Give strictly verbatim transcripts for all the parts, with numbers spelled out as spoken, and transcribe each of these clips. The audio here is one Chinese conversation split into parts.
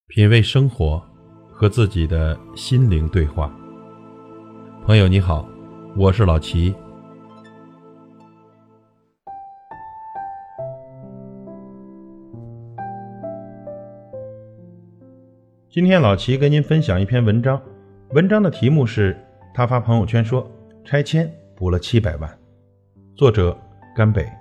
品味生活，和自己的心灵对话。朋友你好，我是老齐。今天老齐跟您分享一篇文章，文章的题目是他发朋友圈说拆迁补了七百万，作者甘北。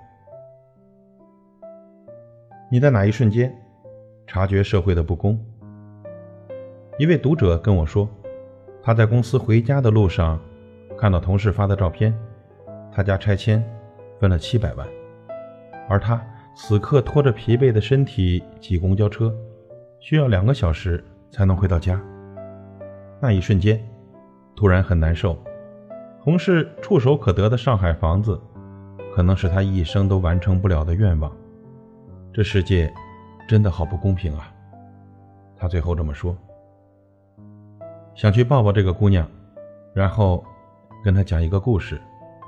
你在哪一瞬间察觉社会的不公？一位读者跟我说，他在公司回家的路上看到同事发的照片，他家拆迁分了七百万，而他此刻拖着疲惫的身体挤公交车，需要两个小时才能回到家。那一瞬间突然很难受，同事触手可得的上海房子可能是他一生都完成不了的愿望。这世界真的好不公平啊，他最后这么说。想去抱抱这个姑娘，然后跟她讲一个故事。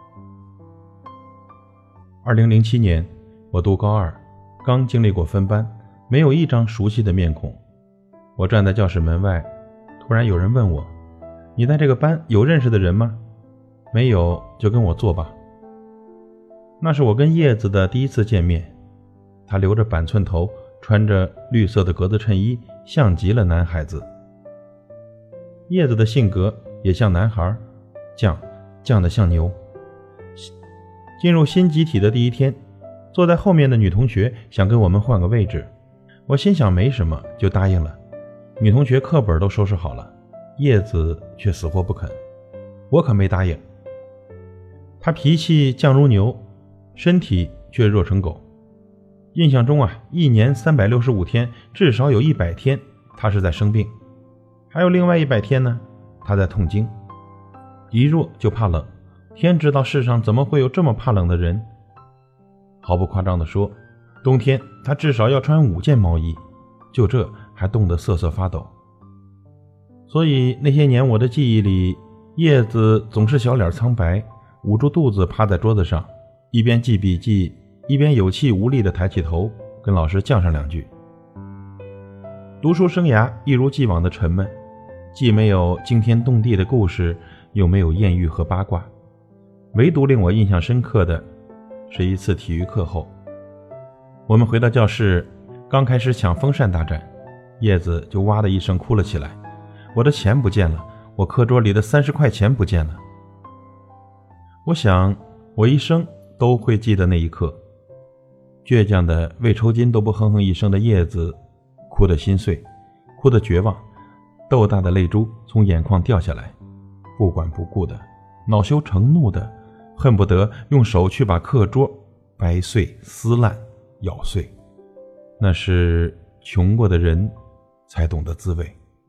二零零七年我读高二，刚经历过分班，没有一张熟悉的面孔。我站在教室门外，突然有人问我，你在这个班有认识的人吗？没有就跟我坐吧。那是我跟叶子的第一次见面，她留着板寸头，穿着绿色的格子衬衣，像极了男孩子。叶子的性格也像男孩，犟犟得像牛。进入新集体的第一天，坐在后面的女同学想跟我们换个位置，我心想没什么就答应了。女同学课本都收拾好了，叶子却死活不肯，我可没答应。她脾气犟如牛，身体却弱成狗。印象中啊，一年三百六十五天，至少有一百天她是在生病，还有另外一百天呢，她在痛经。一弱就怕冷，天知道世上怎么会有这么怕冷的人。毫不夸张地说，冬天她至少要穿五件毛衣，就这还冻得瑟瑟发抖。所以那些年我的记忆里，叶子总是小脸苍白，捂住肚子趴在桌子上，一边记笔记，一边有气无力地抬起头跟老师犟上两句。读书生涯一如既往的沉闷，既没有惊天动地的故事，又没有艳遇和八卦。唯独令我印象深刻的是一次体育课后，我们回到教室，刚开始抢风扇大战，叶子就哇的一声哭了起来。我的钱不见了，我课桌里的三十块钱不见了。我想我一生都会记得那一刻，倔强的为抽筋都不哼哼一声的叶子哭得心碎，哭得绝望，豆大的泪珠从眼眶掉下来，不管不顾的，恼羞成怒的，恨不得用手去把课桌掰碎撕烂咬碎。那是穷过的人才懂得滋味。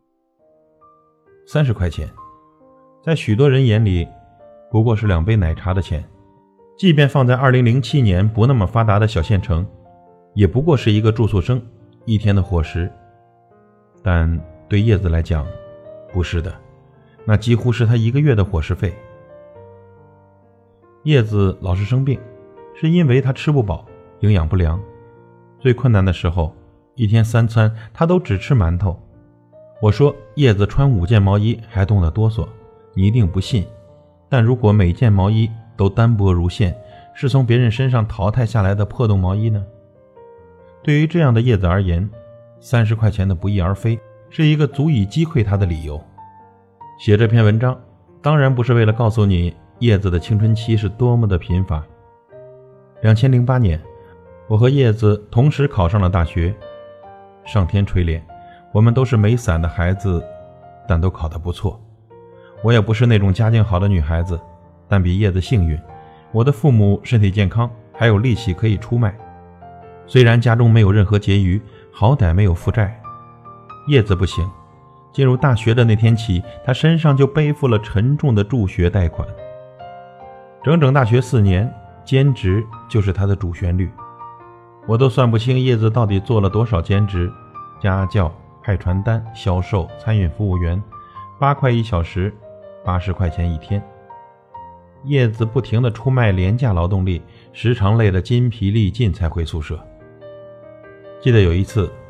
三十块钱在许多人眼里不过是两杯奶茶的钱，即便放在二零零七年不那么发达的小县城，也不过是一个住宿生一天的伙食。但对叶子来讲，不是的，那几乎是他一个月的伙食费。叶子老是生病，是因为他吃不饱，营养不良。最困难的时候，一天三餐他都只吃馒头。我说叶子穿五件毛衣还冻得哆嗦，你一定不信。但如果每件毛衣都单薄如线，是从别人身上淘汰下来的破洞毛衣呢？对于这样的叶子而言，三十块钱的不翼而飞是一个足以击溃他的理由。写这篇文章当然不是为了告诉你叶子的青春期是多么的贫乏。二零零八年，我和叶子同时考上了大学，上天垂怜，我们都是没伞的孩子，但都考得不错。我也不是那种家境好的女孩子，但比叶子幸运，我的父母身体健康，还有利息可以出卖。虽然家中没有任何结余，好歹没有负债。叶子不行，进入大学的那天起，她身上就背负了沉重的助学贷款。整整大学四年，兼职就是她的主旋律。我都算不清叶子到底做了多少兼职，家教、派传单、销售、餐饮服务员，八块一小时，八十块钱一天。叶子不停地出卖廉价劳动力，时常累得筋疲力尽才回宿舍。记得有一次，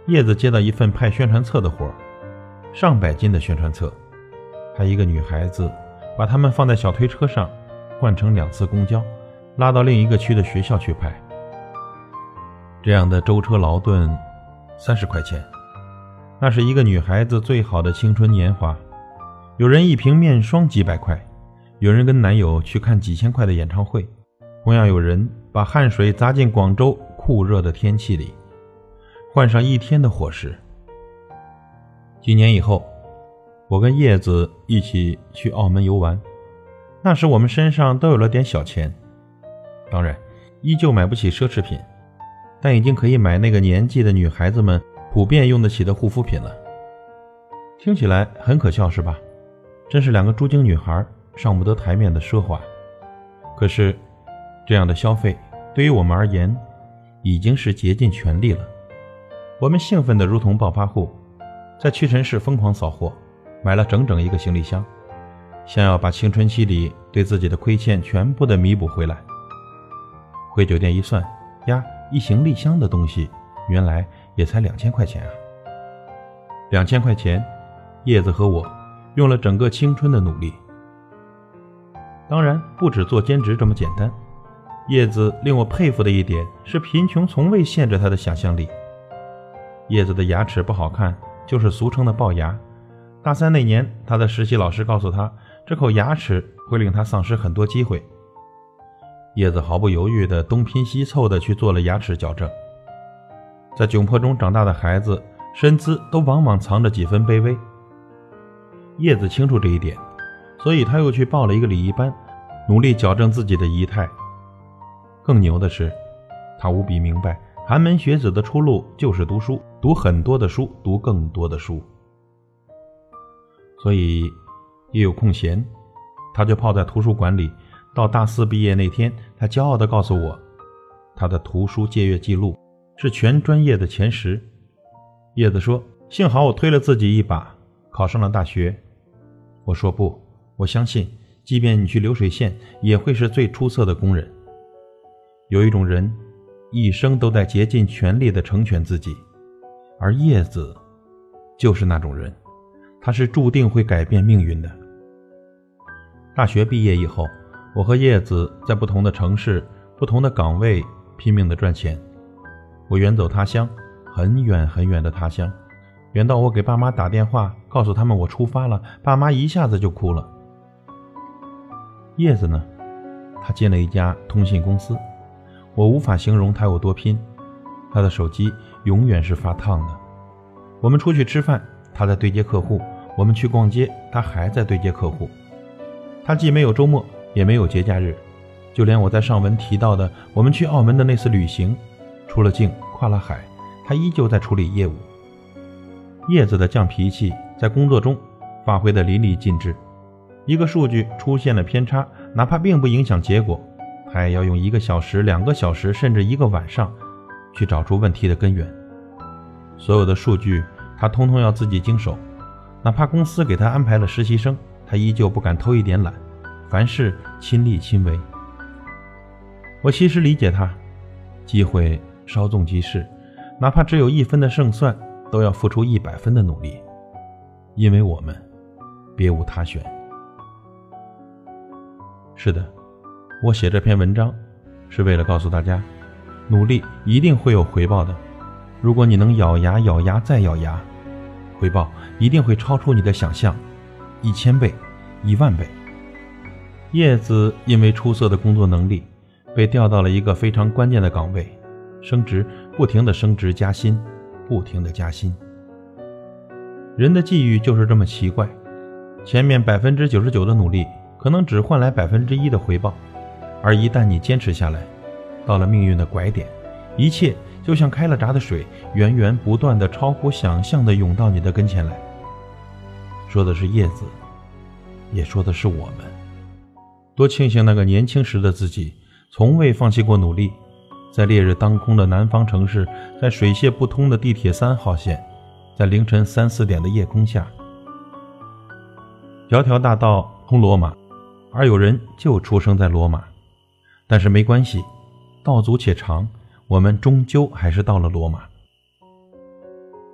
叶子接到一份派宣传册的活，上百斤的宣传册，还一个女孩子把他们放在小推车上，换成两次公交，拉到另一个区的学校去拍。这样的舟车劳顿三十块钱，那是一个女孩子最好的青春年华。有人一瓶面霜几百块，有人跟男友去看几千块的演唱会，同样有人把汗水砸进广州酷热的天气里，换上一天的伙食。几年以后，我跟叶子一起去澳门游玩，那时我们身上都有了点小钱，当然依旧买不起奢侈品，但已经可以买那个年纪的女孩子们普遍用得起的护肤品了。听起来很可笑是吧？真是两个猪精女孩上不得台面的奢华。可是这样的消费对于我们而言已经是竭尽全力了。我们兴奋得如同暴发户，在屈臣氏疯狂扫货，买了整整一个行李箱，想要把青春期里对自己的亏欠全部的弥补回来。回酒店一算，呀，一行李箱的东西原来也才两千块钱啊！两千块钱，叶子和我用了整个青春的努力。当然不止做兼职这么简单，叶子令我佩服的一点是贫穷从未限制他的想象力。叶子的牙齿不好看，就是俗称的龅牙。大三那年，他的实习老师告诉他，这口牙齿会令他丧失很多机会。叶子毫不犹豫地东拼西凑地去做了牙齿矫正。在窘迫中长大的孩子，身姿都往往藏着几分卑微。叶子清楚这一点，所以他又去报了一个礼仪班，努力矫正自己的仪态。更牛的是，他无比明白，寒门学子的出路就是读书，读很多的书，读更多的书。所以一有空闲，他就泡在图书馆里。到大四毕业那天，他骄傲地告诉我，他的图书借阅记录是全专业的前十。叶子说，幸好我推了自己一把，考上了大学。我说不，我相信即便你去流水线，也会是最出色的工人。有一种人一生都在竭尽全力地成全自己，而叶子就是那种人，他是注定会改变命运的。大学毕业以后，我和叶子在不同的城市、不同的岗位拼命地赚钱。我远走他乡，很远很远的他乡，远到我给爸妈打电话告诉他们我出发了，爸妈一下子就哭了。叶子呢，他进了一家通信公司，我无法形容他有多拼。他的手机永远是发烫的。我们出去吃饭，他在对接客户；我们去逛街，他还在对接客户。他既没有周末，也没有节假日，就连我在上文提到的我们去澳门的那次旅行，出了境跨了海，他依旧在处理业务。叶子的犟脾气在工作中发挥得淋漓尽致，一个数据出现了偏差，哪怕并不影响结果，他也要用一个小时、两个小时，甚至一个晚上去找出问题的根源。所有的数据他通通要自己经手，哪怕公司给他安排了实习生，他依旧不敢偷一点懒，凡事亲力亲为。我其实理解他，机会稍纵即逝，哪怕只有一分的胜算，都要付出一百分的努力，因为我们别无他选。是的，我写这篇文章是为了告诉大家，努力一定会有回报的。如果你能咬牙咬牙再咬牙，回报一定会超出你的想象，一千倍、一万倍。叶子因为出色的工作能力，被调到了一个非常关键的岗位，升职，不停地升职加薪，不停地加薪。人的际遇就是这么奇怪，前面 百分之九十九 的努力可能只换来 百分之一 的回报，而一旦你坚持下来，到了命运的拐点，一切就像开了闸的水，源源不断地超乎想象地涌到你的跟前来。说的是叶子，也说的是我们。多庆幸那个年轻时的自己从未放弃过努力，在烈日当空的南方城市，在水泄不通的地铁三号线，在凌晨三四点的夜空下，条条大道通罗马，而有人就出生在罗马。但是没关系，道阻且长，我们终究还是到了罗马。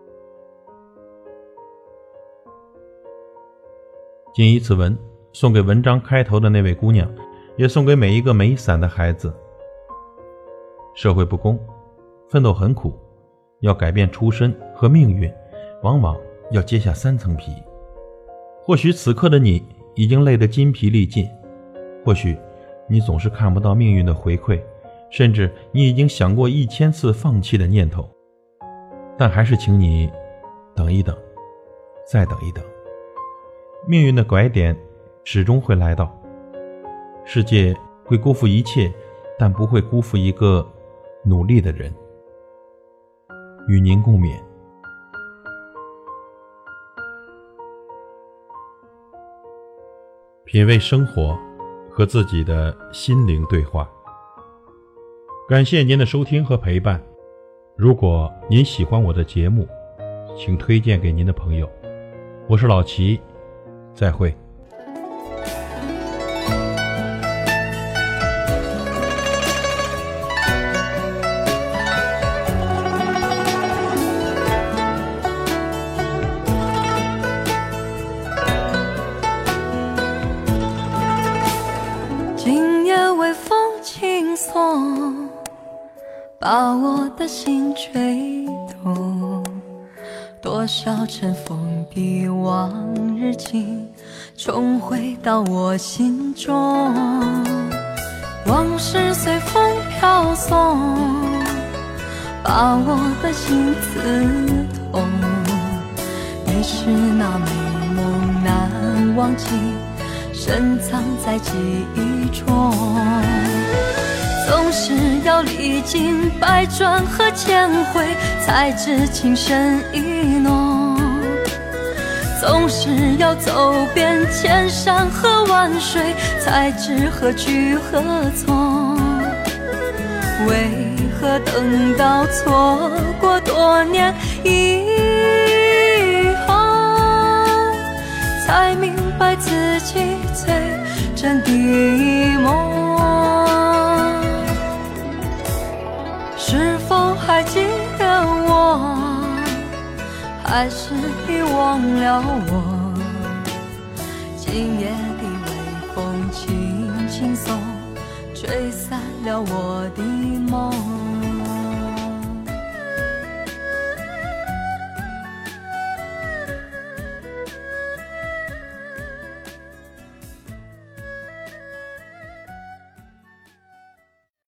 谨以此文送给文章开头的那位姑娘，也送给每一个没伞的孩子。社会不公，奋斗很苦，要改变出身和命运，往往要揭下三层皮。或许此刻的你已经累得筋疲力尽，或许你总是看不到命运的回馈，甚至你已经想过一千次放弃的念头，但还是请你等一等，再等一等。命运的拐点始终会来到，世界会辜负一切，但不会辜负一个努力的人。与您共勉。品味生活，和自己的心灵对话。感谢您的收听和陪伴。如果您喜欢我的节目，请推荐给您的朋友。我是老齐，再会。 今夜微风轻送，把我的心吹动，多少尘封的往日情重回到我心中，往事随风飘送，把我的心刺痛。你是那美梦难忘记，深藏在记忆中，总是要历经百转和千回，才知情深意浓。总是要走遍千山和万水，才知何去何从。为何等到错过多年以后，才明白自己最真的梦？是否还记得我，还是已忘了我？今夜的微风轻轻送，吹散了我的梦。